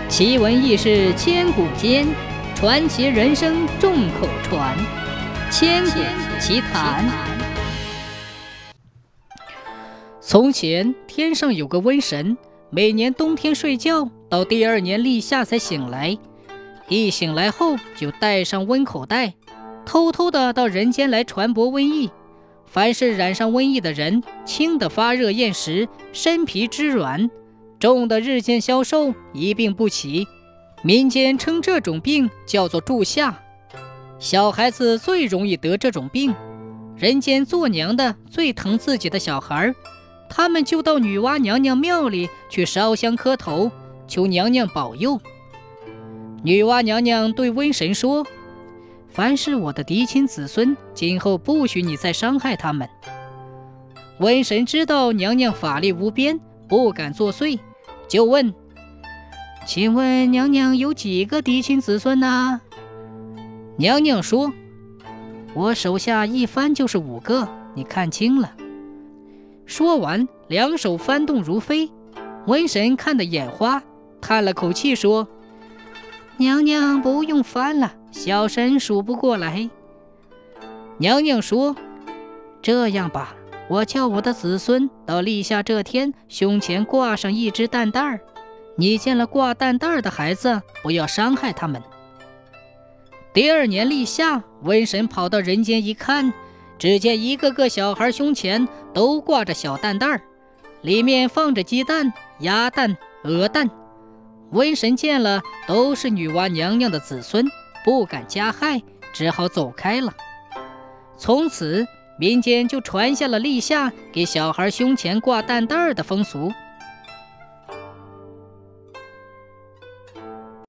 奇闻异事千古间，传奇人生众口传。千古奇谈。从前天上有个瘟神，每年冬天睡觉到第二年立夏才醒来，一醒来后就带上瘟口袋，偷偷的到人间来传播瘟疫。凡是染上瘟疫的人，轻的发热厌食，身皮肢软，重的日渐消瘦，一病不起。民间称这种病叫做柱夏。小孩子最容易得这种病，人间做娘的最疼自己的小孩，他们就到女娲娘娘庙里去烧香磕头，求娘娘保佑。女娲娘娘对瘟神说，凡是我的嫡亲子孙，今后不许你再伤害他们。瘟神知道娘娘法力无边，不敢作祟，就问，请问娘娘有几个嫡亲子孙呢？娘娘说，我手下一翻就是5个，你看清了。说完，两手翻动如飞。瘟神看得眼花，叹了口气说，娘娘不用翻了，小神数不过来。娘娘说，这样吧，我叫我的子孙到立夏这天胸前挂上一只蛋蛋儿，你见了挂蛋蛋儿的孩子，不要伤害他们。第二年立夏，瘟神跑到人间一看，只见一个个小孩胸前都挂着小蛋蛋儿，里面放着鸡蛋、鸭蛋、鹅蛋。瘟神见了，都是女娲娘娘的子孙，不敢加害，只好走开了。从此民间就传下了立夏给小孩胸前挂蛋蛋儿的风俗。